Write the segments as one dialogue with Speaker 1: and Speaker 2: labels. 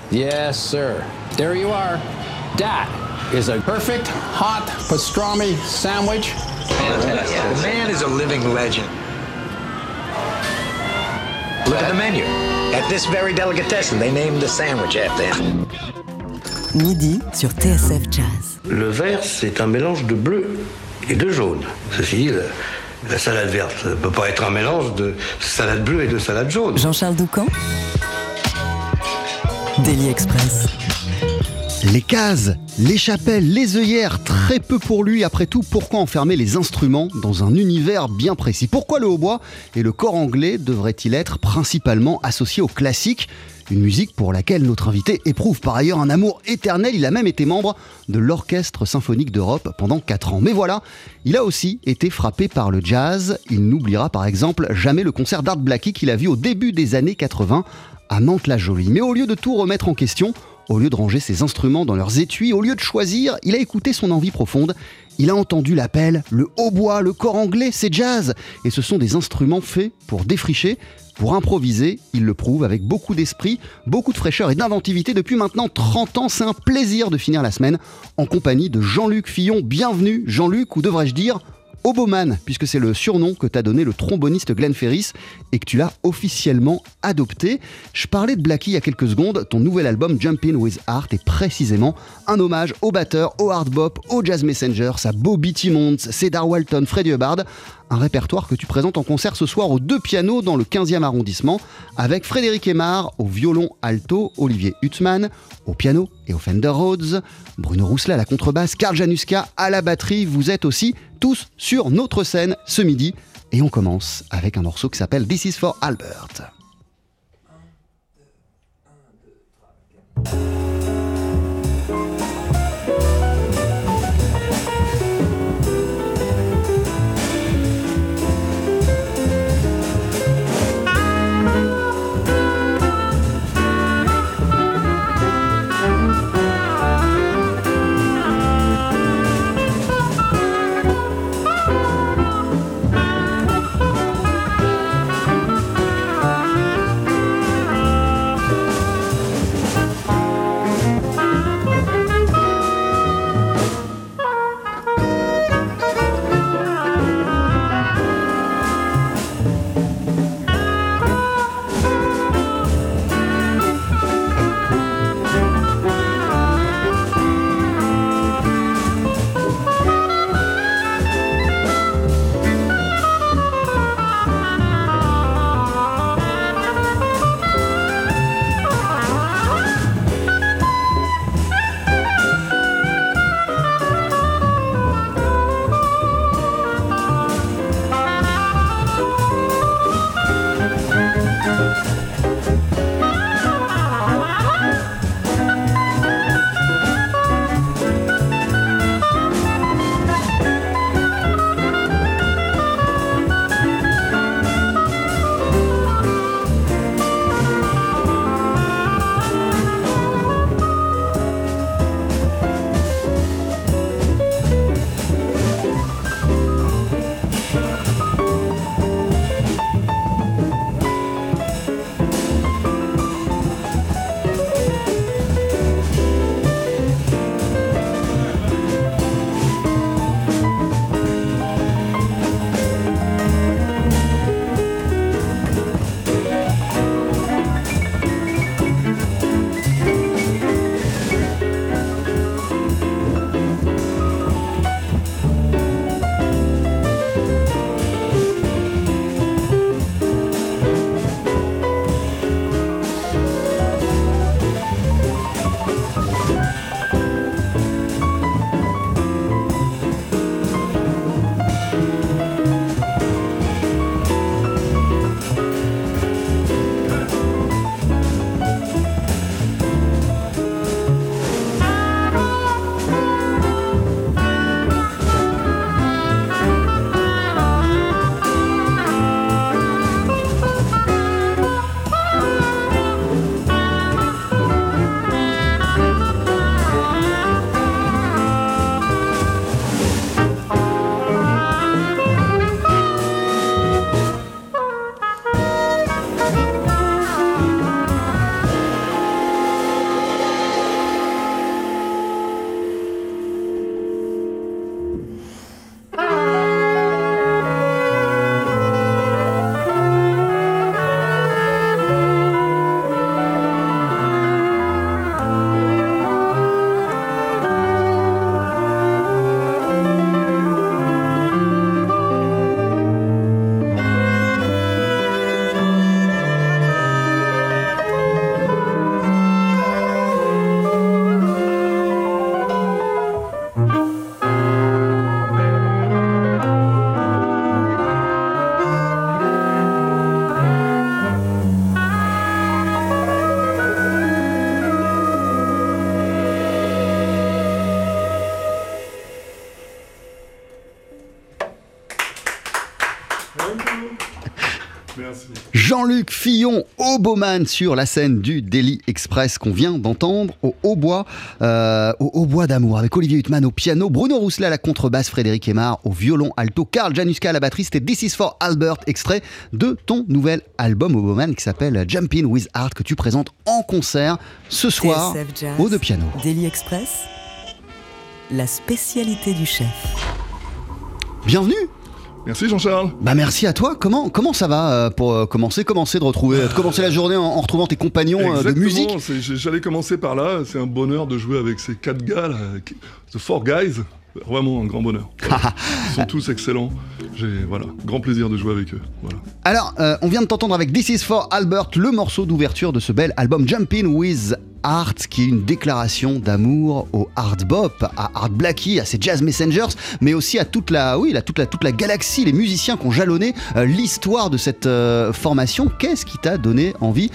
Speaker 1: Yes, sir. There you are. That is a perfect hot pastrami sandwich.
Speaker 2: Fantastic. The man is a living legend. Look at the menu. At this very delicatessen, they named the sandwich after him.
Speaker 3: Midi sur TSF Jazz.
Speaker 4: Le vert, c'est un mélange de bleu et de jaune. Ceci dit, la salade verte ne peut pas être un mélange de salade bleue et de salade jaune.
Speaker 3: Jean-Charles Doucan. Daily Express.
Speaker 5: Les cases, les chapelles, les œillères, très peu pour lui. Après tout, pourquoi enfermer les instruments dans un univers bien précis ? Pourquoi le hautbois et le cor anglais devraient-ils être principalement associés au classique ? Une musique pour laquelle notre invité éprouve par ailleurs un amour éternel. Il a même été membre de l'Orchestre Symphonique d'Europe pendant 4 ans. Mais voilà, il a aussi été frappé par le jazz. Il n'oubliera par exemple jamais le concert d'Art Blakey qu'il a vu au début des années 80 à Mantes-la-Jolie. Mais au lieu de tout remettre en question, au lieu de ranger ses instruments dans leurs étuis, au lieu de choisir, il a écouté son envie profonde. Il a entendu l'appel, le hautbois, le cor anglais, c'est jazz. Et ce sont des instruments faits pour défricher, pour improviser. Il le prouve avec beaucoup d'esprit, beaucoup de fraîcheur et d'inventivité. Depuis maintenant 30 ans, c'est un plaisir de finir la semaine en compagnie de Jean-Luc Fillon. Bienvenue Jean-Luc, ou devrais-je dire Hoboman, puisque c'est le surnom que t'a donné le tromboniste Glenn Ferris et que tu l'as officiellement adopté. Je parlais de Blakey il y a quelques secondes. Ton nouvel album Jumpin' with Heart est précisément un hommage au batteur, au hard bop, au jazz messengers, à Bobby Timmons, Cedar Walton, Freddie Hubbard. Un répertoire que tu présentes en concert ce soir aux 2 pianos dans le 15e arrondissement avec Frédéric Aymar au violon alto, Olivier Hutzmann au piano et au Fender Rhodes, Bruno Rousselet à la contrebasse, Karl Januska à la batterie. Vous êtes aussi tous sur notre scène ce midi et on commence avec un morceau qui s'appelle This is for Albert. Jean-Luc Fillon, hautboman sur la scène du Daily Express qu'on vient d'entendre au hautbois d'amour avec Olivier Huttman au piano, Bruno Rousselet à la contrebasse, Frédéric Aymar au violon alto, Karl Januska à la batterie. C'était This is for Albert, extrait de ton nouvel album hautboman qui s'appelle Jumpin' with Heart que tu présentes en concert ce soir au De Piano.
Speaker 3: Daily Express, la spécialité du chef.
Speaker 5: Bienvenue.
Speaker 6: Merci Jean-Charles.
Speaker 5: Merci à toi. Comment ça va pour commencer de commencer la journée en retrouvant tes compagnons de musique?
Speaker 6: J'allais commencer par là. C'est un bonheur de jouer avec ces 4 gars là, The Four Guys. Vraiment un grand bonheur. Voilà. Ils sont tous excellents. J'ai grand plaisir de jouer avec eux. Voilà.
Speaker 5: Alors, on vient de t'entendre avec This is for Albert, le morceau d'ouverture de ce bel album Jumpin' with Art, qui est une déclaration d'amour au hard bop, à Art Blakey, à ses Jazz Messengers, mais aussi à toute la galaxie, les musiciens qui ont jalonné l'histoire de cette formation. Qu'est-ce qui t'a donné envie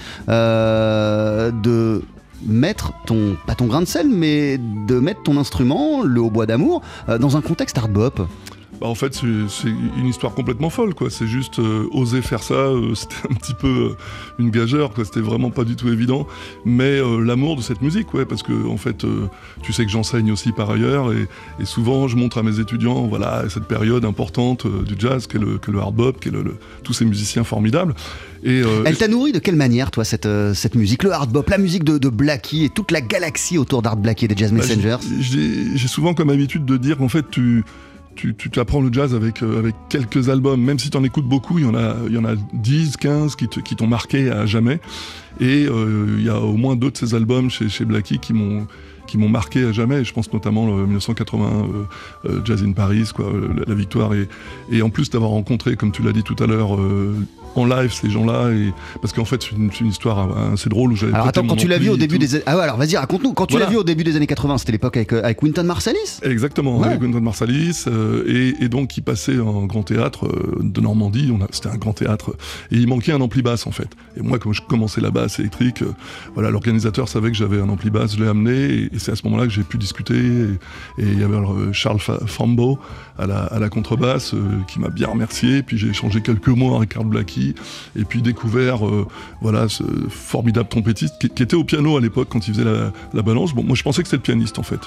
Speaker 5: de mettre pas ton grain de sel, mais de mettre ton instrument, le hautbois d'amour, dans un contexte hard bop?
Speaker 6: En fait, c'est une histoire complètement folle, quoi. C'est juste oser faire ça, c'était un petit peu une gageure, quoi. C'était vraiment pas du tout évident. Mais l'amour de cette musique, ouais, parce que en fait, tu sais que j'enseigne aussi par ailleurs, et souvent je montre à mes étudiants, cette période importante du jazz, qu'est le hard bop, qu'est tous ces musiciens formidables. Elle
Speaker 5: t'a nourri de quelle manière, toi, cette musique, le hard bop, la musique de Blakey et toute la galaxie autour d'Art Blakey et des Jazz Messengers?
Speaker 6: J'ai souvent comme habitude de dire qu'en fait, tu apprends le jazz avec quelques albums, même si tu en écoutes beaucoup, il y en a 10, 15 qui t'ont marqué à jamais. Et il y a au moins 2 de ces albums chez Blakey qui m'ont marqué à jamais. Je pense notamment 1980, Jazz in Paris, quoi, la victoire. Et en plus d'avoir rencontré, comme tu l'as dit tout à l'heure, en live ces gens-là, parce qu'en fait c'est une histoire assez drôle où j'avais.
Speaker 5: Alors attends, quand tu l'as vu au début des alors vas-y, raconte-nous. Quand tu l'as vu au début des années 80, c'était l'époque avec Wynton Marsalis.
Speaker 6: Exactement,
Speaker 5: ouais.
Speaker 6: Avec Wynton Marsalis, et donc qui passait en grand théâtre de Normandie. C'était un grand théâtre et il manquait un ampli basse en fait. Et moi, comme je commençais la basse électrique, l'organisateur savait que j'avais un ampli basse, je l'ai amené, et c'est à ce moment-là que j'ai pu discuter. Et il y avait Charles Fambo à la contrebasse qui m'a bien remercié. Puis j'ai échangé quelques mots avec Art Blakey. Et puis découvert ce formidable trompettiste qui était au piano à l'époque quand il faisait la balance. Bon, moi je pensais que c'était le pianiste en fait,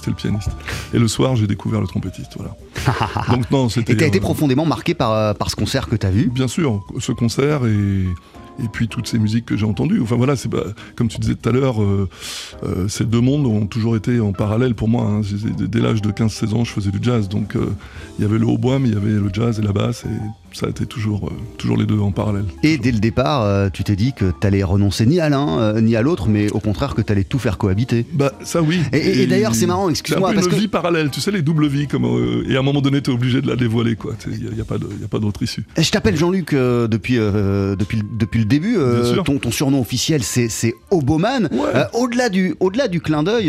Speaker 6: et le soir j'ai découvert le trompettiste, voilà. Donc non, c'était.
Speaker 5: Et t'as été profondément marqué par ce concert que t'as vu?
Speaker 6: Bien sûr, ce concert et puis toutes ces musiques que j'ai entendues. Enfin voilà, c'est comme tu disais tout à l'heure, ces 2 mondes ont toujours été en parallèle pour moi, hein. Dès l'âge de 15-16 ans, je faisais du jazz, donc il y avait le hautbois, mais il y avait le jazz et la basse, et ça a été toujours les 2 en parallèle.
Speaker 5: Et dès le départ, tu t'es dit que t'allais renoncer ni à l'un ni à l'autre, mais au contraire que t'allais tout faire cohabiter.
Speaker 6: Ça oui.
Speaker 5: Et d'ailleurs c'est marrant, excuse-moi.
Speaker 6: C'est un peu une vie parallèle, tu sais, les doubles vies, et à un moment donné t'es obligé de la dévoiler, quoi. Il n'y a pas d'autre issue.
Speaker 5: Je t'appelle Jean-Luc depuis le début. Ton surnom officiel c'est Hoboman. Ouais. Au-delà du clin d'œil,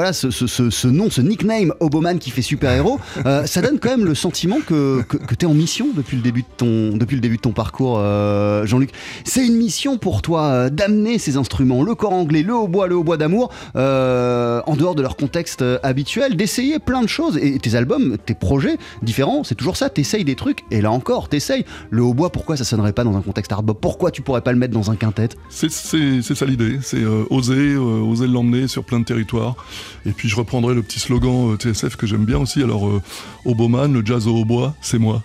Speaker 5: ce nom, ce nickname Hoboman qui fait super-héros, ça donne quand même le sentiment que t'es en mission depuis le début de ton parcours, Jean-Luc. C'est une mission pour toi d'amener ces instruments, le cor anglais, le hautbois d'amour, en dehors de leur contexte habituel, d'essayer plein de choses. Et tes albums, tes projets différents, c'est toujours ça, t'essayes des trucs, et là encore, t'essayes. Le hautbois, pourquoi ça sonnerait pas dans un contexte hard bop? Pourquoi tu pourrais pas le mettre dans un quintet?
Speaker 6: C'est ça l'idée, c'est oser l'emmener sur plein de territoires. Et puis je reprendrai le petit slogan TSF que j'aime bien aussi. Alors, Hoboman, le jazz au hautbois, c'est moi.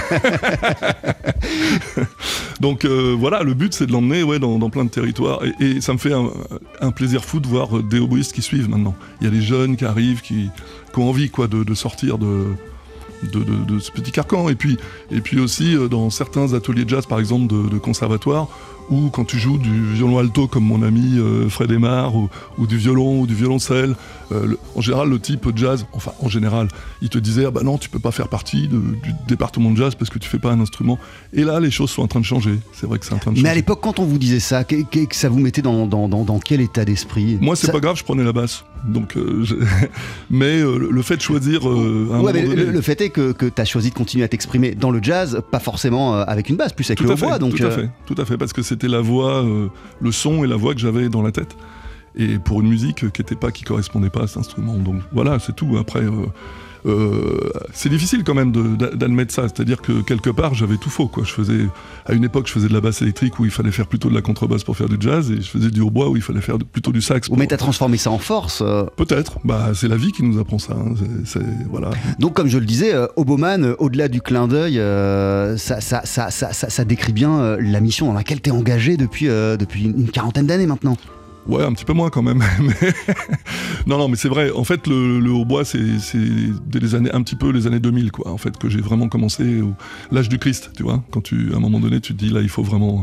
Speaker 6: Donc le but c'est de l'emmener dans plein de territoires, et ça me fait un plaisir fou de voir des hautboistes qui suivent maintenant. Il y a des jeunes qui arrivent, qui ont envie de sortir de ce petit carcan, et puis aussi dans certains ateliers de jazz par exemple de conservatoire, ou quand tu joues du violon alto comme mon ami Fred Aymar, ou du violon ou du violoncelle, en général le type jazz, enfin en général, il te disait non, tu peux pas faire partie du département de jazz parce que tu fais pas un instrument. Et là les choses sont en train de changer, c'est vrai que c'est en train de changer.
Speaker 5: Mais à l'époque quand on vous disait ça, que ça vous mettait dans quel état d'esprit?
Speaker 6: Moi c'est pas grave, je prenais la basse. Donc, mais le fait de choisir
Speaker 5: le fait est que tu as choisi de continuer à t'exprimer dans le jazz, pas forcément avec une basse, plus avec le hautbois.
Speaker 6: Tout à fait, parce que c'était la voix, le son et la voix que j'avais dans la tête. Et pour une musique qui correspondait pas à cet instrument. Donc voilà, c'est tout. Après, c'est difficile quand même d'admettre ça, c'est-à-dire que quelque part j'avais tout faux, quoi. À une époque je faisais de la basse électrique où il fallait faire plutôt de la contrebasse pour faire du jazz, et je faisais du hautbois où il fallait faire plutôt du sax.
Speaker 5: Mais t'as transformé ça en force.
Speaker 6: Peut-être, c'est la vie qui nous apprend ça, hein. Voilà.
Speaker 5: Donc comme je le disais, Hoboman, au-delà du clin d'œil, ça décrit bien la mission dans laquelle t'es engagé depuis une quarantaine d'années maintenant.
Speaker 6: Ouais, un petit peu moins quand même. Non, mais c'est vrai. En fait, le hautbois, c'est dès les années 2000, quoi. En fait, que j'ai vraiment commencé l'âge du Christ, tu vois. Quand à un moment donné, tu te dis là, il faut vraiment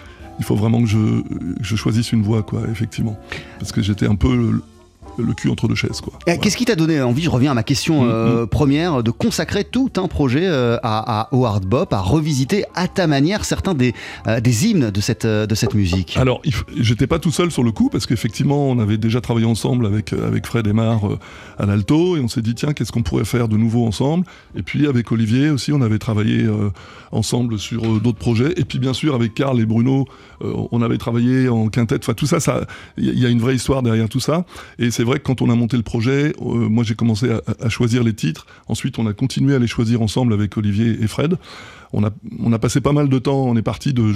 Speaker 6: que je choisisse une voie, quoi. Effectivement, parce que j'étais un peu le cul entre deux chaises, quoi.
Speaker 5: Qu'est-ce qui t'a donné envie, je reviens à ma question première, de consacrer tout un projet au hard bop, à revisiter à ta manière certains des hymnes de cette musique?
Speaker 6: Alors, j'étais pas tout seul sur le coup, parce qu'effectivement, on avait déjà travaillé ensemble avec Fred Aymar à l'alto, et on s'est dit, tiens, qu'est-ce qu'on pourrait faire de nouveau ensemble? Et puis, avec Olivier aussi, on avait travaillé ensemble sur d'autres projets, et puis bien sûr, avec Karl et Bruno, on avait travaillé en quintette. Enfin, tout ça, il y a une vraie histoire derrière tout ça, et c'est vrai que quand on a monté le projet, moi j'ai commencé à choisir les titres. Ensuite, on a continué à les choisir ensemble avec Olivier et Fred. On a passé pas mal de temps. On est parti de,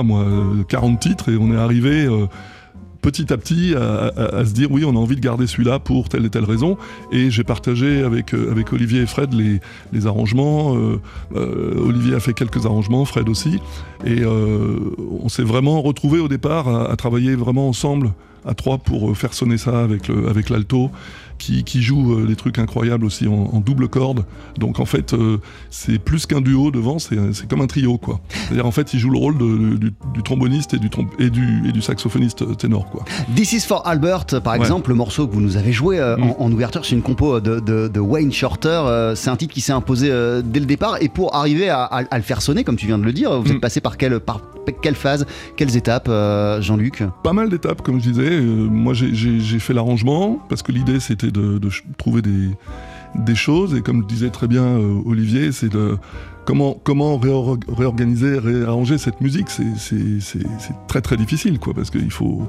Speaker 6: 40 titres, et on est arrivé petit à petit à se dire oui, on a envie de garder celui-là pour telle et telle raison. Et j'ai partagé avec Olivier et Fred les arrangements. Olivier a fait quelques arrangements, Fred aussi. Et on s'est vraiment retrouvés au départ à travailler vraiment ensemble à trois pour faire sonner ça avec l'alto qui joue des trucs incroyables aussi en double corde. Donc en fait, c'est plus qu'un duo devant, c'est comme un trio, quoi. C'est-à-dire en fait, il joue le rôle du tromboniste et du saxophoniste ténor, quoi.
Speaker 5: This is for Albert, par exemple, le morceau que vous nous avez joué en ouverture, c'est une compo de Wayne Shorter. C'est un titre qui s'est imposé dès le départ, et pour arriver à le faire sonner, comme tu viens de le dire, vous êtes passé par quelle phase, quelles étapes, Jean-Luc? Pas
Speaker 6: mal d'étapes, comme je disais. Moi, j'ai fait l'arrangement, parce que l'idée, c'était de trouver des choses, et comme le disait très bien Olivier, c'est de comment réorganiser, réarranger cette musique. C'est très très difficile, quoi, parce qu'il faut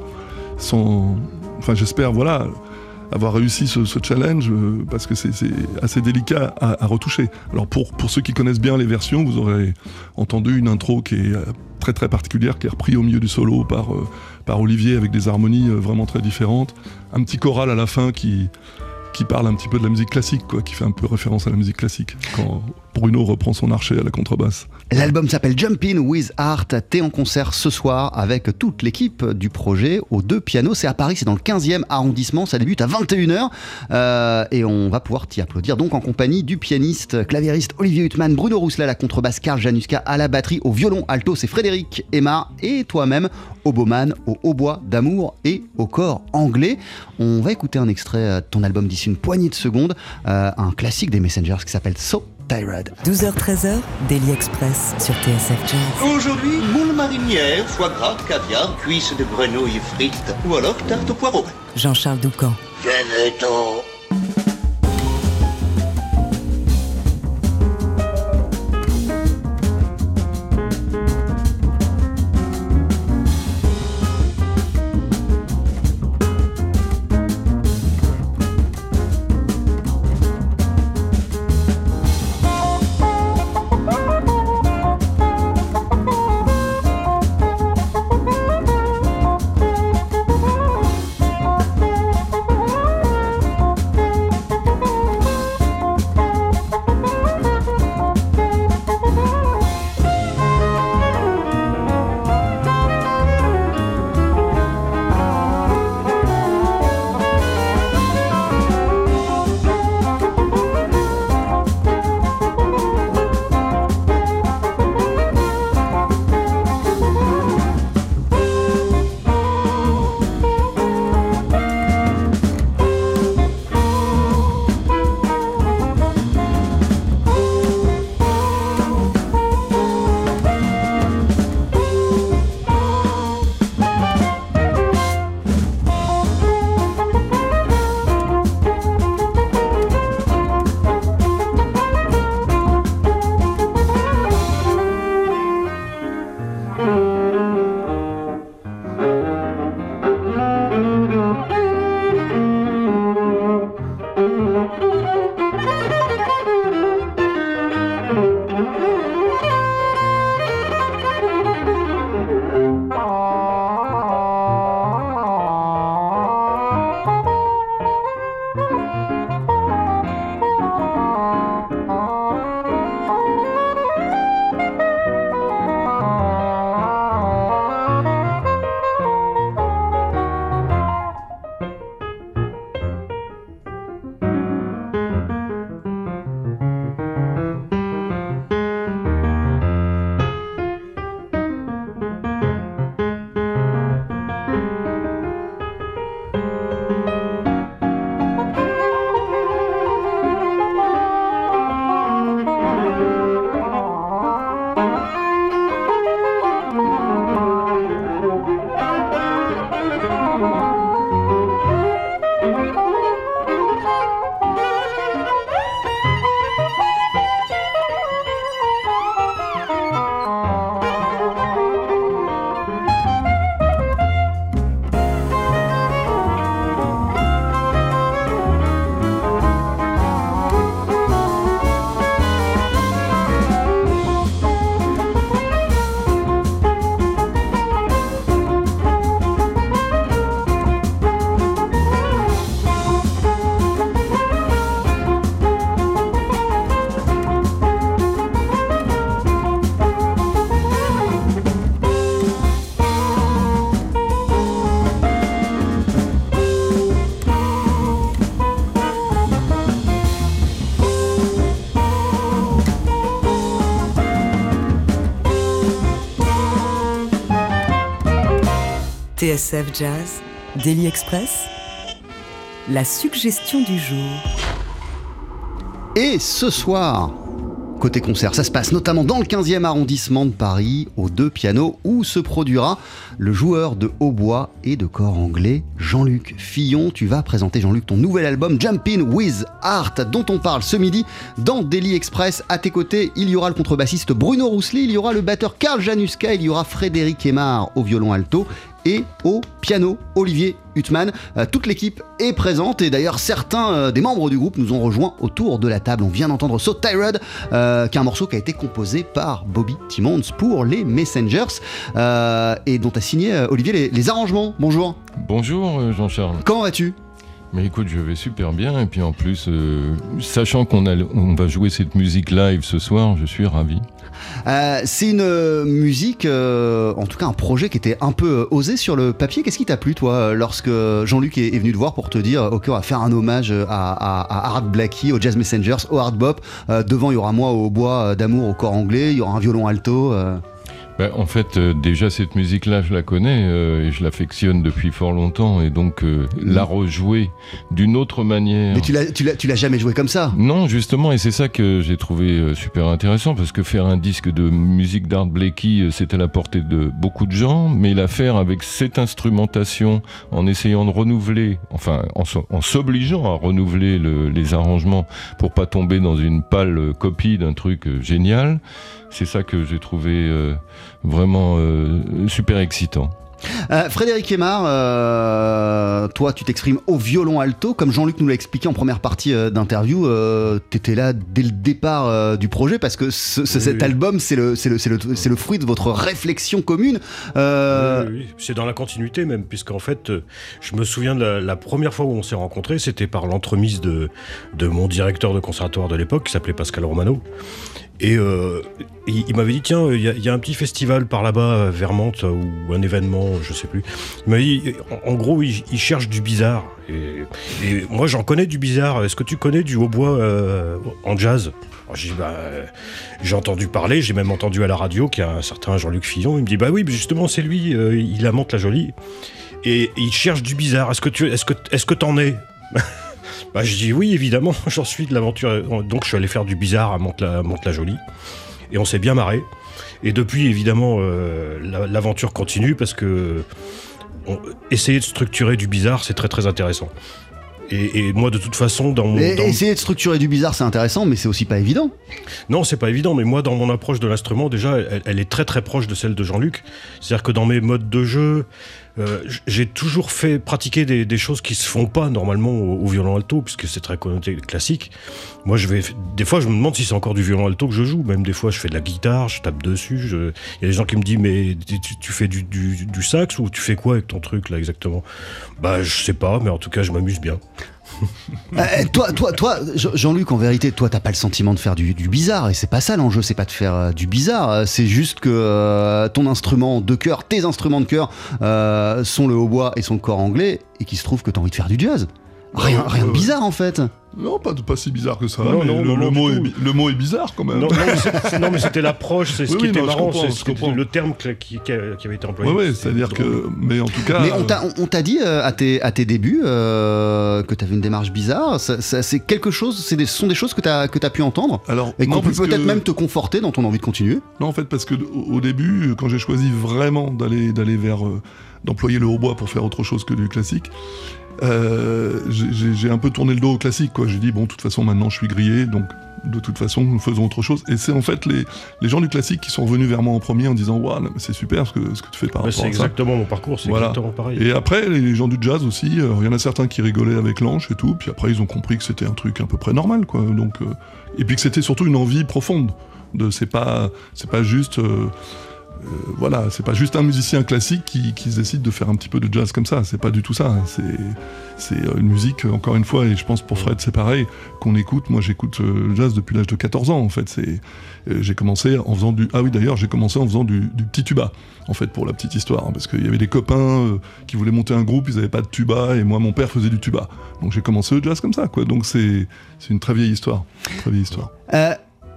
Speaker 6: j'espère avoir réussi ce challenge, parce que c'est assez délicat à retoucher. Alors pour ceux qui connaissent bien les versions, vous aurez entendu une intro qui est très très particulière, qui est reprise au milieu du solo par Olivier, avec des harmonies vraiment très différentes. Un petit choral à la fin qui parle un petit peu de la musique classique, quoi, qui fait un peu référence à la musique classique, quand Bruno reprend son archet à la contrebasse.
Speaker 5: L'album s'appelle Jumpin' with Heart. T'es en concert ce soir avec toute l'équipe du projet aux 2 pianos. C'est à Paris, c'est dans le 15e arrondissement. Ça débute à 21h et on va pouvoir t'y applaudir. Donc en compagnie du pianiste, claviériste Olivier Huttman, Bruno Rousselet à la contrebasse, Karl Januska à la batterie, au violon alto, c'est Frédéric Aymar, et toi-même, Hoboman, au hautbois d'amour et au corps anglais. On va écouter un extrait de ton album d'ici une poignée de secondes, un classique des Messengers qui s'appelle So Tired.
Speaker 3: 12h-13h, Daily Express sur TSF Jazz.
Speaker 7: Aujourd'hui, moule marinière, foie gras, caviar, cuisses de grenouille frites ou alors tarte au poireau.
Speaker 3: Jean-Charles Doucan.
Speaker 7: Venez-t'en.
Speaker 3: TSF Jazz, Daily Express, la suggestion du jour.
Speaker 5: Et ce soir, côté concert, ça se passe notamment dans le 15e arrondissement de Paris, aux Deux Pianos, où se produira le joueur de hautbois et de cor anglais, Jean-Luc Fillon. Tu vas présenter, Jean-Luc, ton nouvel album Jumpin' with Art, dont on parle ce midi dans Daily Express. À tes côtés, il y aura le contrebassiste Bruno Rousselet, il y aura le batteur Karl Januska, il y aura Frédéric Aymar au violon alto et au piano, Olivier Huttman. Toute l'équipe est présente et d'ailleurs certains des membres du groupe nous ont rejoints autour de la table. On vient d'entendre So Tired, qui est un morceau qui a été composé par Bobby Timmons pour les Messengers et dont a signé Olivier les arrangements. Bonjour.
Speaker 8: Bonjour Jean-Charles.
Speaker 5: Comment vas-tu ?
Speaker 8: Mais écoute, je vais super bien et puis en plus, sachant qu'on va jouer cette musique live ce soir, je suis ravi.
Speaker 5: C'est une musique, en tout cas un projet qui était un peu osé sur le papier. Qu'est-ce qui t'a plu, toi, lorsque Jean-Luc est venu te voir pour te dire ok, on va faire un hommage à Art Blakey, aux Jazz Messengers, au Hard Bop. Devant, il y aura moi au hautbois d'amour au cor anglais, il y aura un violon alto.
Speaker 8: En fait, déjà cette musique-là, je la connais et je l'affectionne depuis fort longtemps et donc la rejouer d'une autre manière.
Speaker 5: Mais tu l'as jamais joué comme ça ?
Speaker 8: Non, justement, et c'est ça que j'ai trouvé super intéressant parce que faire un disque de musique d'Art Blakey, c'est à la portée de beaucoup de gens, mais la faire avec cette instrumentation, en essayant de renouveler, enfin en s'obligeant à renouveler les arrangements pour pas tomber dans une pâle copie d'un truc génial. C'est ça que j'ai trouvé vraiment super excitant.
Speaker 5: Frédéric Aymar, toi tu t'exprimes au violon alto, comme Jean-Luc nous l'a expliqué en première partie d'interview, t'étais là dès le départ du projet parce que cet album c'est le fruit de votre réflexion commune.
Speaker 9: Oui. C'est dans la continuité même, puisqu'en fait je me souviens de la première fois où on s'est rencontrés, c'était par l'entremise de mon directeur de conservatoire de l'époque qui s'appelait Pascal Romano. Et il m'avait dit tiens, il y a un petit festival par là-bas vers Mantes ou un événement, je sais plus. Il m'a dit en gros il cherche du bizarre et moi j'en connais du bizarre. Est-ce que tu connais du hautbois en jazz ? Alors, j'ai dit j'ai entendu parler, j'ai même entendu à la radio qu'il y a un certain Jean-Luc Fillon. Il me dit oui, mais justement c'est lui, il a Mantes-la-Jolie et il cherche du bizarre. Est-ce que t'en es ? Je dis oui, évidemment, j'en suis de l'aventure. Donc je suis allé faire du bizarre à Mantes-la-Jolie et on s'est bien marré. Et depuis, évidemment, l'aventure continue parce que essayer de structurer du bizarre, c'est très très intéressant. Et moi, de toute façon,
Speaker 5: essayer de structurer du bizarre, c'est intéressant, mais c'est aussi pas évident.
Speaker 9: Non, c'est pas évident, mais moi, dans mon approche de l'instrument, déjà, elle est très très proche de celle de Jean-Luc. C'est-à-dire que dans mes modes de jeu, j'ai toujours fait pratiquer des choses qui se font pas normalement au violon alto, puisque c'est très connoté classique. Moi, des fois, je me demande si c'est encore du violon alto que je joue. Même des fois, je fais de la guitare, je tape dessus. Il y a des gens qui me disent, mais tu fais du sax ou tu fais quoi avec ton truc là exactement ? Je sais pas, mais en tout cas, je m'amuse bien.
Speaker 5: Toi, Jean-Luc, en vérité, toi, t'as pas le sentiment de faire du bizarre, et c'est pas ça l'enjeu, c'est pas de faire du bizarre, c'est juste que ton instrument de chœur, tes instruments de chœur sont le hautbois et sont le cor anglais, et qu'il se trouve que t'as envie de faire du jazz. Rien de bizarre en fait.
Speaker 6: Non, pas si bizarre que ça.
Speaker 9: Non,
Speaker 6: mais le mot est bizarre quand même.
Speaker 9: Non, mais c'était l'approche, c'est ce qui était marrant,
Speaker 6: c'est
Speaker 9: le terme qui avait été employé.
Speaker 6: Oui, c'est-à-dire que. Mais en tout cas.
Speaker 5: Mais on t'a dit à tes débuts que t'avais une démarche bizarre. C'est quelque chose, ce sont des choses que t'as pu entendre.
Speaker 6: Alors,
Speaker 5: et qu'on peut peut-être même te conforter dans ton envie de continuer.
Speaker 6: Non, en fait, parce que au début, quand j'ai choisi vraiment d'aller vers d'employer le hautbois pour faire autre chose que du classique. J'ai un peu tourné le dos au classique, quoi. J'ai dit bon, de toute façon maintenant je suis grillé, donc de toute façon nous faisons autre chose. Et c'est en fait les gens du classique qui sont revenus vers moi en premier en disant waouh, c'est super ce que tu fais par rapport à ça.
Speaker 9: C'est exactement mon parcours, c'est exactement pareil.
Speaker 6: Et après les gens du jazz aussi, il y en a certains qui rigolaient avec l'anche et tout, puis après ils ont compris que c'était un truc à peu près normal, quoi. Donc et puis que c'était surtout une envie profonde c'est pas juste c'est pas juste un musicien classique qui décide de faire un petit peu de jazz comme ça, c'est pas du tout ça, c'est une musique, encore une fois, et je pense pour Fred c'est pareil, qu'on écoute. Moi j'écoute le jazz depuis l'âge de 14 ans en fait, j'ai commencé en faisant du petit tuba en fait, pour la petite histoire, hein, parce qu'il y avait des copains qui voulaient monter un groupe, ils avaient pas de tuba, et moi mon père faisait du tuba, donc j'ai commencé le jazz comme ça, quoi. Donc c'est une très vieille histoire.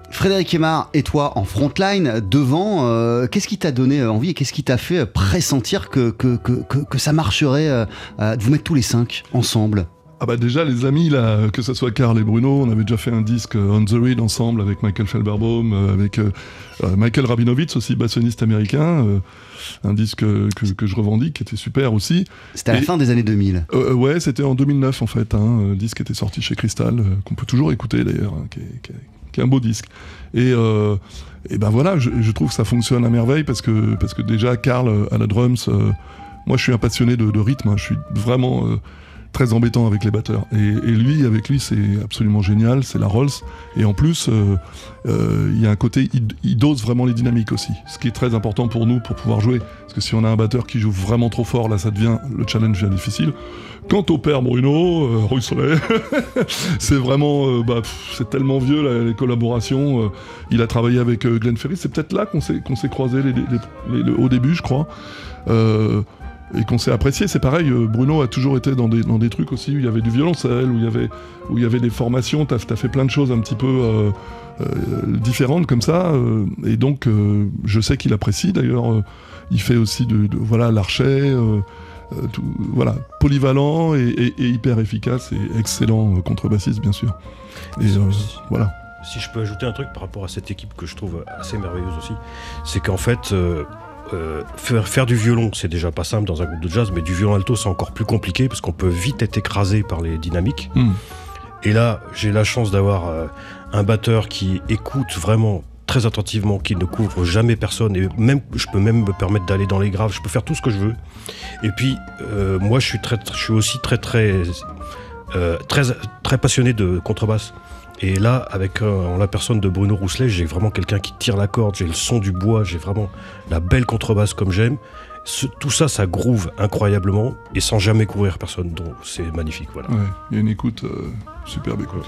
Speaker 5: Frédéric Aimard et toi en frontline, devant, qu'est-ce qui t'a donné envie et qu'est-ce qui t'a fait pressentir que ça marcherait de vous mettre tous les 5 ensemble ?
Speaker 6: Ah bah déjà les amis là, que ce soit Karl et Bruno, on avait déjà fait un disque On the Reed ensemble avec Michael Felberbaum, avec Michael Rabinowitz aussi, bassoniste américain, un disque que je revendique, qui était super aussi.
Speaker 5: C'était à la fin des années 2000.
Speaker 6: Ouais, c'était en 2009 en fait, un disque qui était sorti chez Crystal, qu'on peut toujours écouter d'ailleurs, hein, qui est un beau disque. Et ben voilà, je trouve que ça fonctionne à merveille parce que déjà Karl à la drums, moi je suis un passionné de rythme, hein, je suis vraiment très embêtant avec les batteurs. Et lui, avec lui, c'est absolument génial, c'est la Rolls. Et en plus, il y a un côté, il dose vraiment les dynamiques aussi, ce qui est très important pour nous pour pouvoir jouer. Parce que si on a un batteur qui joue vraiment trop fort, là, le challenge devient difficile. Quant au père Bruno, Rue Soleil, c'est vraiment, c'est tellement vieux là, les collaborations. Il a travaillé avec Glenn Ferris, c'est peut-être là qu'on s'est croisés au début, je crois. Et qu'on s'est apprécié. C'est pareil, Bruno a toujours été dans des trucs aussi où il y avait du violoncelle, où il y avait des formations, t'as fait plein de choses un petit peu différentes comme ça, et donc je sais qu'il apprécie d'ailleurs, il fait aussi voilà, l'archet, voilà, polyvalent et hyper efficace et excellent contrebassiste bien sûr. Et voilà.
Speaker 9: Si je peux ajouter un truc par rapport à cette équipe que je trouve assez merveilleuse aussi, c'est qu'en fait faire du violon, c'est déjà pas simple dans un groupe de jazz, mais du violon alto, c'est encore plus compliqué parce qu'on peut vite être écrasé par les dynamiques. Et là, j'ai la chance d'avoir un batteur qui écoute vraiment très attentivement, qui ne couvre jamais personne, et même, je peux même me permettre d'aller dans les graves, je peux faire tout ce que je veux. Et puis, moi, je suis aussi très passionné de contrebasse. Et là, avec en la personne de Bruno Rousselet, j'ai vraiment quelqu'un qui tire la corde, j'ai le son du bois, j'ai vraiment la belle contrebasse comme j'aime. Tout ça, ça groove incroyablement et sans jamais couvrir personne, donc c'est magnifique. Voilà.
Speaker 6: Ouais, il y a une écoute, superbe écoute.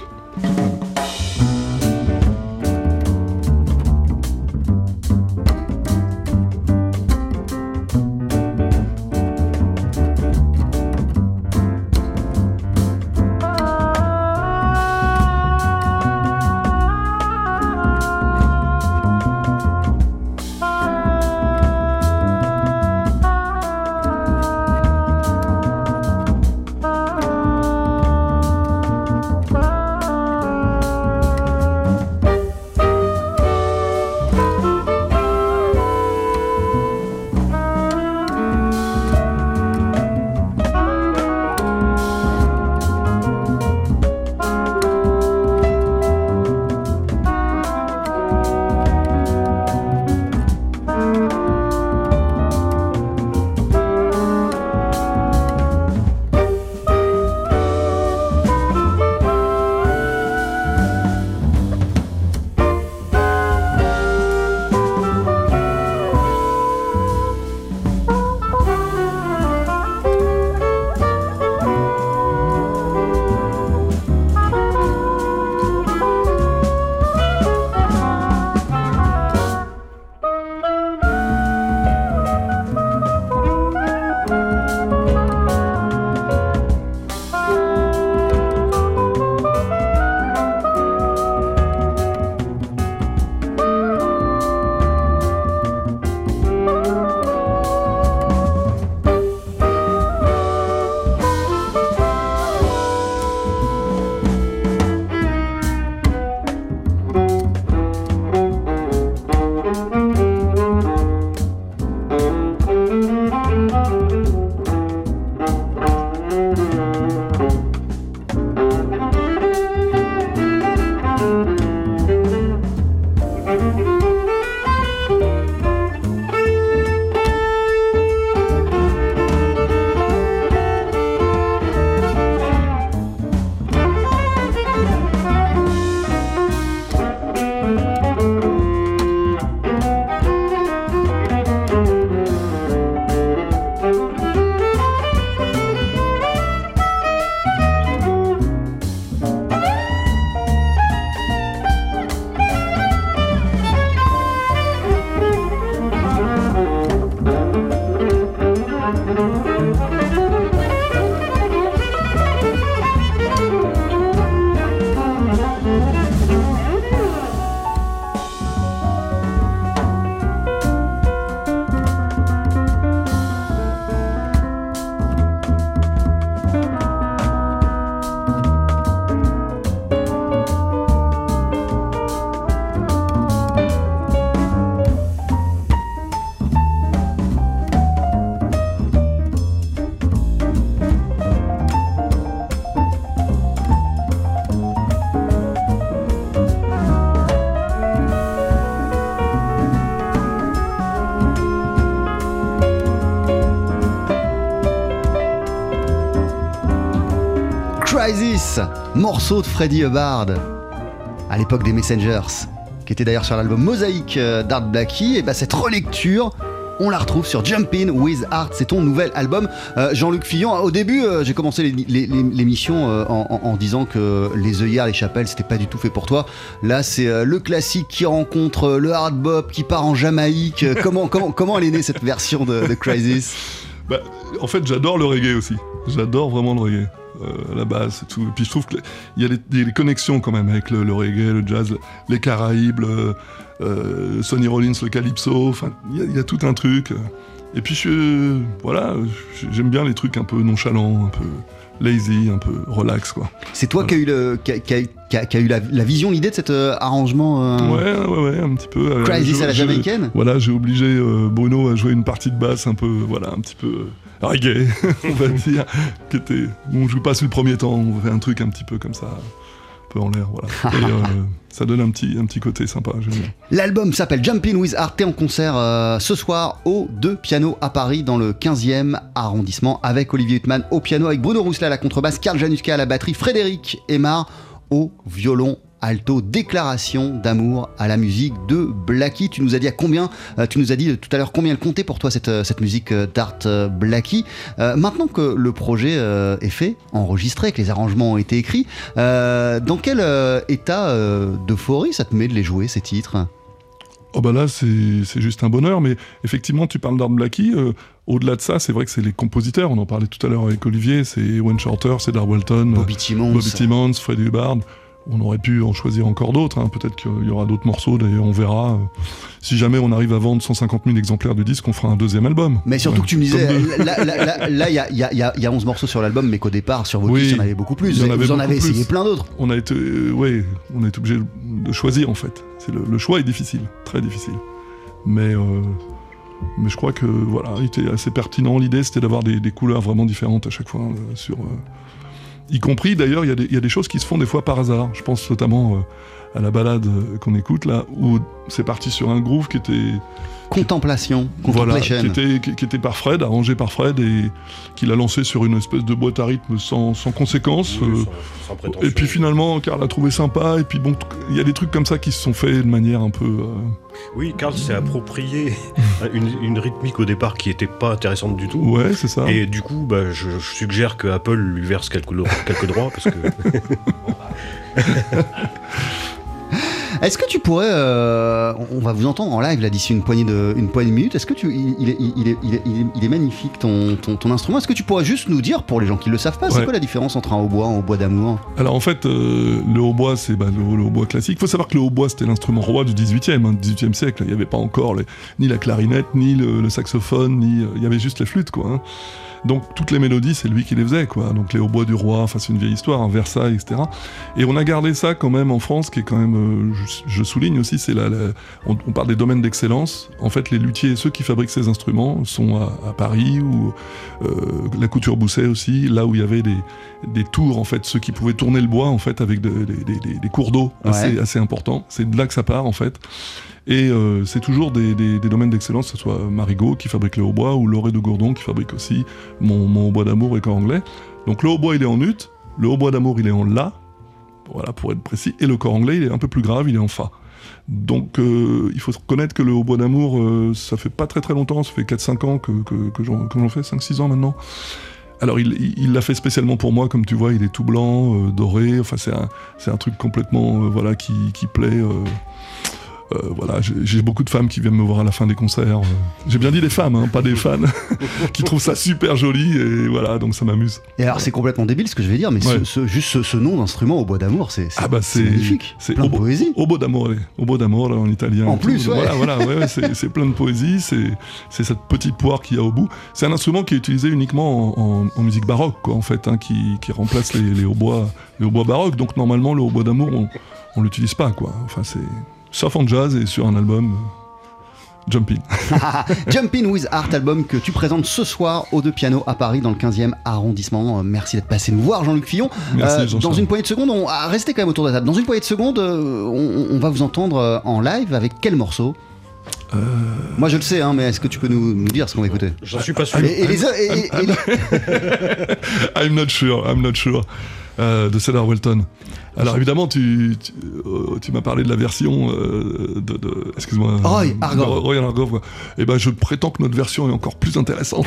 Speaker 5: Crisis, morceau de Freddie Hubbard, à l'époque des Messengers, qui était d'ailleurs sur l'album Mosaïque d'Art Blakey. Et bah cette relecture, on la retrouve sur Jumpin' with Art, c'est ton nouvel album. Jean-Luc Fillon, au début, j'ai commencé l'émission en disant que les œillères, les chapelles, c'était pas du tout fait pour toi. Là, c'est le classique qui rencontre le hard bop, qui part en Jamaïque. Comment elle est née cette version de Crisis?
Speaker 6: Bah, en fait, j'adore le reggae aussi. J'adore vraiment le reggae. La basse et tout. Et puis je trouve qu'il y a des connexions quand même avec le reggae, le jazz, les Caraïbes, Sonny Rollins, le calypso. Enfin, il y a tout un truc. Et puis j'aime bien les trucs un peu nonchalants, un peu lazy, un peu relax, quoi.
Speaker 5: C'est toi qui a eu la vision, l'idée de cet arrangement
Speaker 6: Ouais, un petit peu.
Speaker 5: Crisis à la jamaïcaine.
Speaker 6: Voilà, j'ai obligé Bruno à jouer une partie de basse un peu, un petit peu reggae, on va dire, on joue pas sur le premier temps, on fait un truc un petit peu comme ça, un peu en l'air, voilà. Et ça donne un petit côté sympa, j'aime bien.
Speaker 5: L'album s'appelle Jumpin' with Art, t'es en concert ce soir au 2 Piano à Paris, dans le 15e arrondissement, avec Olivier Huttman au piano, avec Bruno Rousselet à la contrebasse, Karl Januska à la batterie, Frédéric Aymar au violon alto. Déclaration d'amour à la musique de Blakey. Tu nous as dit tout à l'heure combien elle comptait pour toi cette musique d'Art Blakey. Maintenant que le projet est fait, enregistré, que les arrangements ont été écrits, dans quel état d'euphorie ça te met de les jouer, ces titres ?
Speaker 6: Oh bah là c'est juste un bonheur, mais effectivement tu parles d'Art Blakey, au-delà de ça c'est vrai que c'est les compositeurs, on en parlait tout à l'heure avec Olivier, c'est Wayne Shorter, c'est Dar Walton,
Speaker 5: Bobby Timmons,
Speaker 6: Freddie Hubbard. On aurait pu en choisir encore d'autres, hein. Peut-être qu'il y aura d'autres morceaux, d'ailleurs on verra. Si jamais on arrive à vendre 150 000 exemplaires du disque, on fera un deuxième album.
Speaker 5: Mais surtout que tu me disais, là il y a 11 morceaux sur l'album, mais qu'au départ sur vos disques il y en avait beaucoup plus. Vous en avez essayé plein d'autres.
Speaker 6: On a été obligé de choisir en fait. Le choix est difficile, très difficile. Mais je crois que il était assez pertinent. L'idée c'était d'avoir des couleurs vraiment différentes à chaque fois y compris d'ailleurs, il y a des choses qui se font des fois par hasard. Je pense notamment à la balade qu'on écoute là, où c'est parti sur un groove qui était
Speaker 5: Contemplation,
Speaker 6: qui était par Fred, arrangé par Fred, et qu'il a lancé sur une espèce de boîte à rythme sans conséquence.
Speaker 9: Sans prétention.
Speaker 6: Et puis finalement, Karl a trouvé sympa, et puis bon, il y a des trucs comme ça qui se sont faits de manière un peu...
Speaker 9: Oui, Karl s'est approprié une rythmique au départ qui était pas intéressante du tout.
Speaker 6: Ouais, c'est ça.
Speaker 9: Et du coup, je suggère que Apple lui verse quelques droits, parce que...
Speaker 5: Est-ce que tu pourrais, on va vous entendre en live là d'ici une poignée de minutes. Est-ce que il est magnifique ton instrument. Est-ce que tu pourrais juste nous dire, pour les gens qui le savent pas, c'est quoi la différence entre un hautbois d'amour?
Speaker 6: Alors en fait, le hautbois c'est le hautbois classique. Il faut savoir que le hautbois c'était l'instrument roi du 18e siècle. Il n'y avait pas encore ni la clarinette, ni le saxophone, il y avait juste les flûtes, quoi. Hein. Donc toutes les mélodies, c'est lui qui les faisait, quoi. Donc les hautbois du roi, enfin c'est une vieille histoire, hein, Versailles, etc. Et on a gardé ça quand même en France, qui est quand même, je souligne aussi, c'est on parle des domaines d'excellence. En fait, les luthiers, ceux qui fabriquent ces instruments, sont à Paris, ou la couture Bousset aussi, là où il y avait des tours, en fait, ceux qui pouvaient tourner le bois, en fait, avec des cours d'eau assez importants. C'est de là que ça part, en fait. Et c'est toujours des domaines d'excellence, que ce soit Marigot qui fabrique le hautbois, ou Lauré de Gourdon qui fabrique aussi mon hautbois d'amour et corps anglais. Donc le hautbois il est en ut, le hautbois d'amour il est en la, voilà pour être précis, et le corps anglais il est un peu plus grave, il est en fa. Donc il faut reconnaître que le hautbois d'amour, ça fait pas très très longtemps, ça fait 4-5 ans que j'en fais, 5-6 ans maintenant. Alors il l'a fait spécialement pour moi, comme tu vois, il est tout blanc, doré, enfin c'est un truc complètement qui plaît. Voilà, j'ai beaucoup de femmes qui viennent me voir à la fin des concerts. J'ai bien dit des femmes, hein, pas des fans, qui trouvent ça super joli, et voilà, donc ça m'amuse.
Speaker 5: Et alors c'est complètement débile ce que je vais dire, mais juste ce nom d'instrument, hautbois d'amour, c'est magnifique, c'est plein de poésie.
Speaker 6: Hautbois d'amour en italien.
Speaker 5: En plus,
Speaker 6: Voilà, c'est plein de poésie, c'est cette petite poire qu'il y a au bout. C'est un instrument qui est utilisé uniquement en musique baroque, quoi, en fait, hein, qui remplace les hautbois baroques. Donc normalement, le hautbois d'amour, on l'utilise pas, quoi. Enfin, c'est... Sauf en jazz et sur un album Jumpin'.
Speaker 5: Jumpin' with Art, album que tu présentes ce soir au 2 Piano à Paris dans le 15e arrondissement. Merci d'être passé nous voir, Jean-Luc Fillon.
Speaker 6: Merci,
Speaker 5: dans une poignée de secondes, restez quand même autour de la table. Dans une poignée de secondes, on va vous entendre en live avec quel morceau? Moi je le sais, hein, mais est-ce que tu peux nous dire ce qu'on va écouter?
Speaker 9: J'en suis pas sûr.
Speaker 6: I'm not sure. de Cedar Walton. Alors évidemment, tu m'as parlé de la version excuse-moi, Roy Hargrove. Et ben, je prétends que notre version est encore plus intéressante.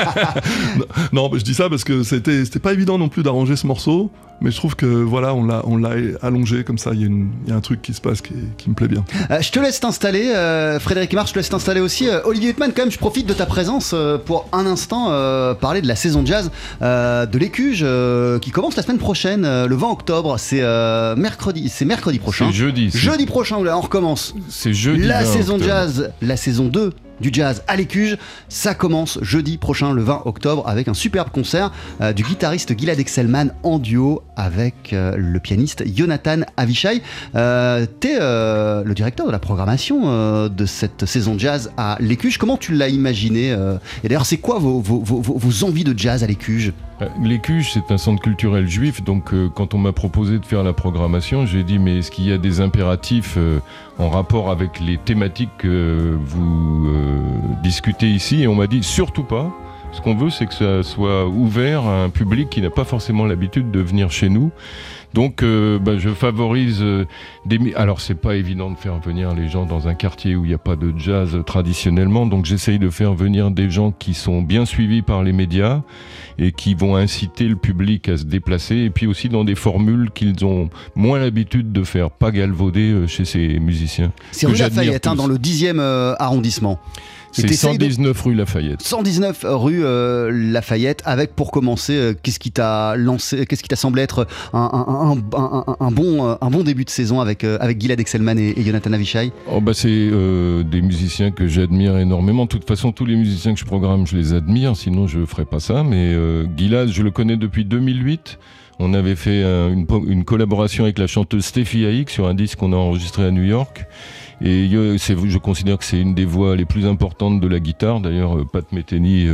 Speaker 6: non, mais je dis ça parce que c'était pas évident non plus d'arranger ce morceau, mais je trouve que voilà, on l'a allongé comme ça. Il y a un truc qui se passe qui me plaît bien.
Speaker 5: Je te laisse t'installer, Frédéric March, je te laisse t'installer aussi. Olivier Huitman, quand même, je profite de ta présence pour un instant parler de la saison jazz de l'Écuge qui commence la semaine prochaine, le 20 octobre. C'est mercredi prochain.
Speaker 8: C'est jeudi.
Speaker 5: Jeudi prochain, on recommence.
Speaker 8: C'est jeudi.
Speaker 5: La saison jazz, la saison 2 du jazz à l'Écuge, ça commence jeudi prochain, le 20 octobre, avec un superbe concert du guitariste Gilad Excelman en duo avec le pianiste Jonathan Avishai. T'es le directeur de la programmation de cette saison jazz à l'Écuge. Comment tu l'as imaginé et d'ailleurs, c'est quoi vos envies de jazz à l'Écuge ?
Speaker 8: L'Écuge, c'est un centre culturel juif, donc quand on m'a proposé de faire la programmation, j'ai dit mais est-ce qu'il y a des impératifs en rapport avec les thématiques que vous discutez ici ? Et on m'a dit surtout pas. Ce qu'on veut, c'est que ça soit ouvert à un public qui n'a pas forcément l'habitude de venir chez nous. Donc, je favorise Alors, c'est pas évident de faire venir les gens dans un quartier où il n'y a pas de jazz traditionnellement. Donc, j'essaye de faire venir des gens qui sont bien suivis par les médias et qui vont inciter le public à se déplacer. Et puis aussi dans des formules qu'ils ont moins l'habitude de faire, pas galvauder chez ces musiciens.
Speaker 5: C'est rue Lafayette, dans le 10e arrondissement.
Speaker 8: C'est 119 rue Lafayette.
Speaker 5: 119 rue Lafayette, avec pour commencer, qu'est-ce qui t'a semblé être un bon début de saison avec Gilad Excelman et Jonathan Avishai ?
Speaker 8: C'est des musiciens que j'admire énormément. De toute façon, tous les musiciens que je programme, je les admire, sinon je ne ferais pas ça. Mais Gilad, je le connais depuis 2008. On avait fait une collaboration avec la chanteuse Steffi Haïk sur un disque qu'on a enregistré à New York. Et je considère que c'est une des voix les plus importantes de la guitare. D'ailleurs, Pat Metheny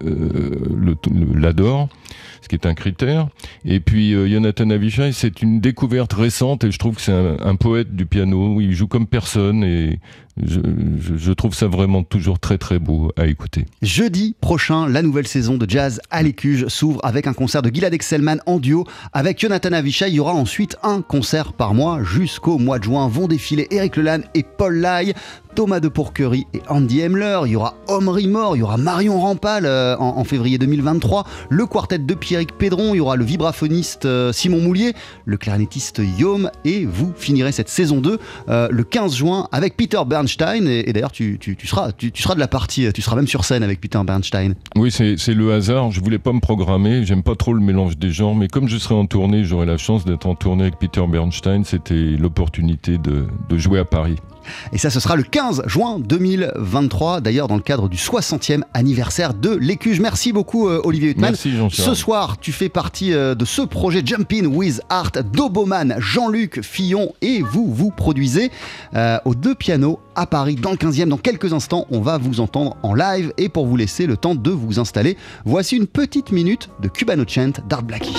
Speaker 8: l'adore, ce qui est un critère. Et puis, Jonathan Avishai, c'est une découverte récente et je trouve que c'est un poète du piano. Il joue comme personne et je trouve ça vraiment toujours très très beau à écouter.
Speaker 5: Jeudi prochain, la nouvelle saison de jazz à l'Écuge s'ouvre avec un concert de Gilad Excelman en duo avec Jonathan Avishai. Il y aura ensuite un concert par mois jusqu'au mois de juin. Vont défiler Eric Leland et Paul Lai, Thomas de Pourquerie et Andy Hemler. Il y aura Omri Mor, il y aura Marion Rampal en février 2023, le quartet de Pierrick Pédron, il y aura le vibraphoniste Simon Moulier, le clarinettiste Yom, et vous finirez cette saison 2 le 15 juin avec Peter Bernstein. Et d'ailleurs, tu seras de la partie, tu seras même sur scène avec Peter Bernstein.
Speaker 8: Oui, c'est le hasard. Je voulais pas me programmer. J'aime pas trop le mélange des genres, mais comme je serai en tournée, j'aurai la chance d'être en tournée avec Peter Bernstein. C'était l'opportunité de jouer à Paris.
Speaker 5: Et ça, ce sera le 15 juin 2023, d'ailleurs dans le cadre du 60e anniversaire de l'Écuge. Merci beaucoup Olivier Huitman.
Speaker 8: Merci Jean-Charles.
Speaker 5: Ce soir, tu fais partie de ce projet Jumpin' with Art d'Oboman, Jean-Luc Fillon, et vous produisez aux 2 pianos à Paris dans le 15e. Dans quelques instants, on va vous entendre en live, et pour vous laisser le temps de vous installer, voici une petite minute de Cubano Chant d'Art Blakey.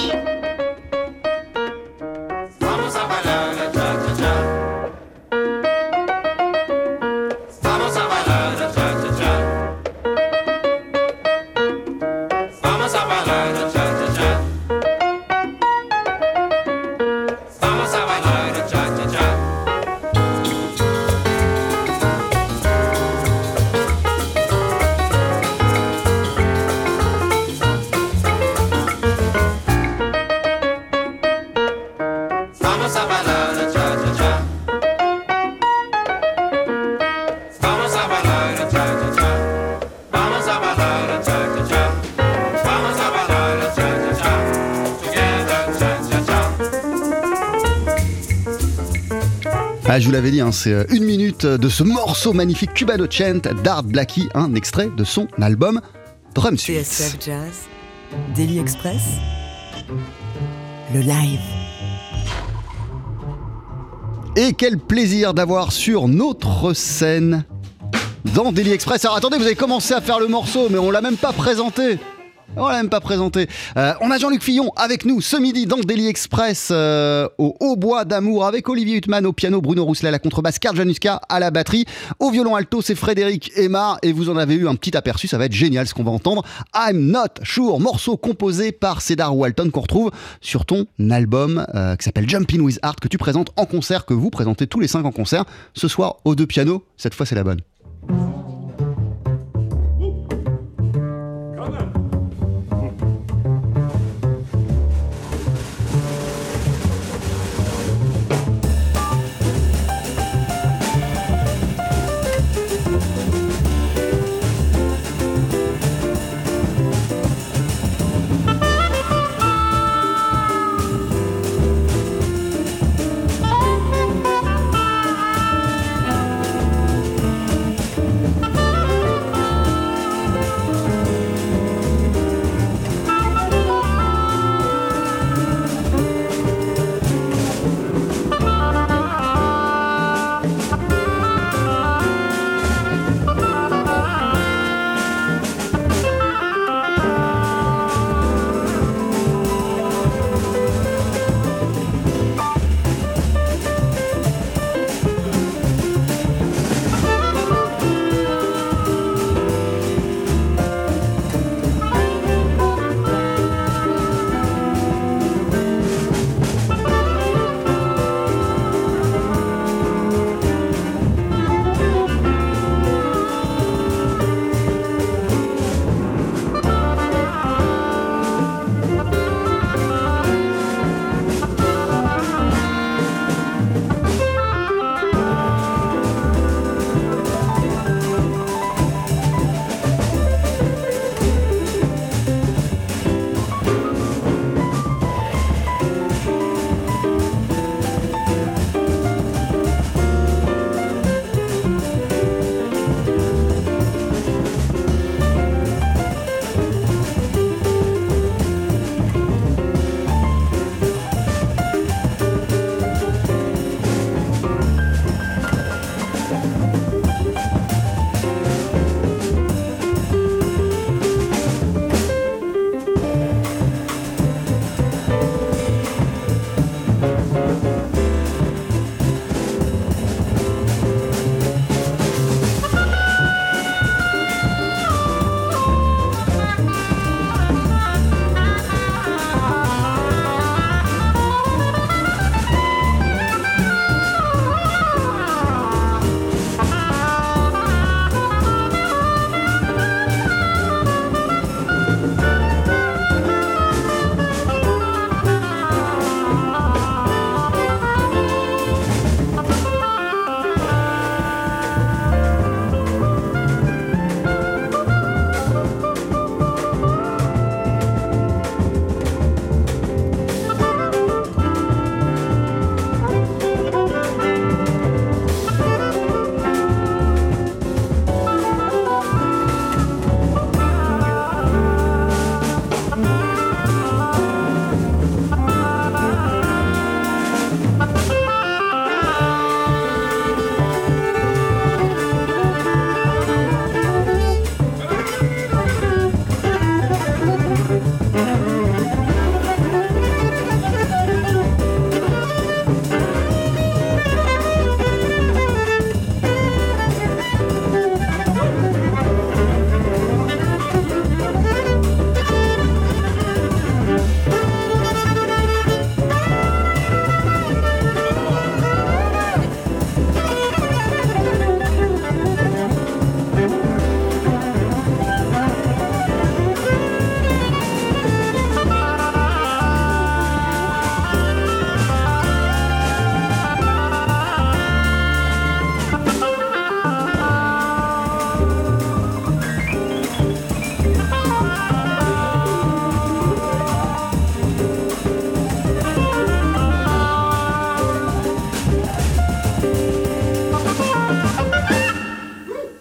Speaker 5: Je vous l'avais dit, c'est une minute de ce morceau magnifique Cubano Chant d'Art Blakey, un extrait de son album Drum Suite.
Speaker 3: TSF Jazz, Daily Express, le live.
Speaker 5: Et quel plaisir d'avoir sur notre scène dans Daily Express. Alors attendez, vous avez commencé à faire le morceau, mais on l'a même pas présenté. On l'a même pas présenté. On a Jean-Luc Fillon avec nous ce midi dans Daily Express au Hautbois d'Amour avec Olivier Huttman au piano, Bruno Rousselet à la contrebasse, Karl Januska à la batterie. Au violon alto, c'est Frédéric Aymar et vous en avez eu un petit aperçu, ça va être génial ce qu'on va entendre. I'm Not Sure, morceau composé par Cedar Walton qu'on retrouve sur ton album qui s'appelle Jumpin' With Heart que tu présentes en concert, que vous présentez tous les 5 en concert. Ce soir aux 2 pianos, cette fois c'est la bonne.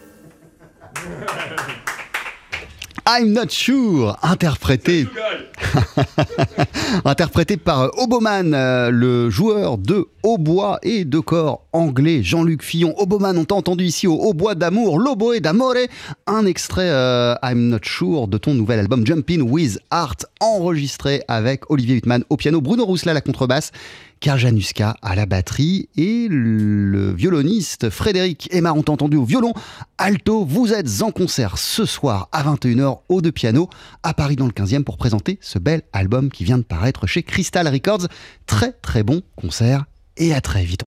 Speaker 5: I'm Not Sure, interprété Interprété par Hoboman, le joueur de hautbois et de corps anglais Jean-Luc Fillon. Hoboman, on t'a entendu ici au Hautbois d'amour, l'Oboe d'Amore, un extrait I'm Not Sure de ton nouvel album Jumpin' With Heart, enregistré avec Olivier Huttman au piano, Bruno Rousselet à la contrebasse, Karl Januska à la batterie et le violoniste Frédéric Aymar, on t'a entendu au violon alto. Vous êtes en concert ce soir à 21h au De Piano à Paris dans le 15e pour présenter ce bel album qui vient de paraître chez Crystal Records. Très très bon concert et à très vite.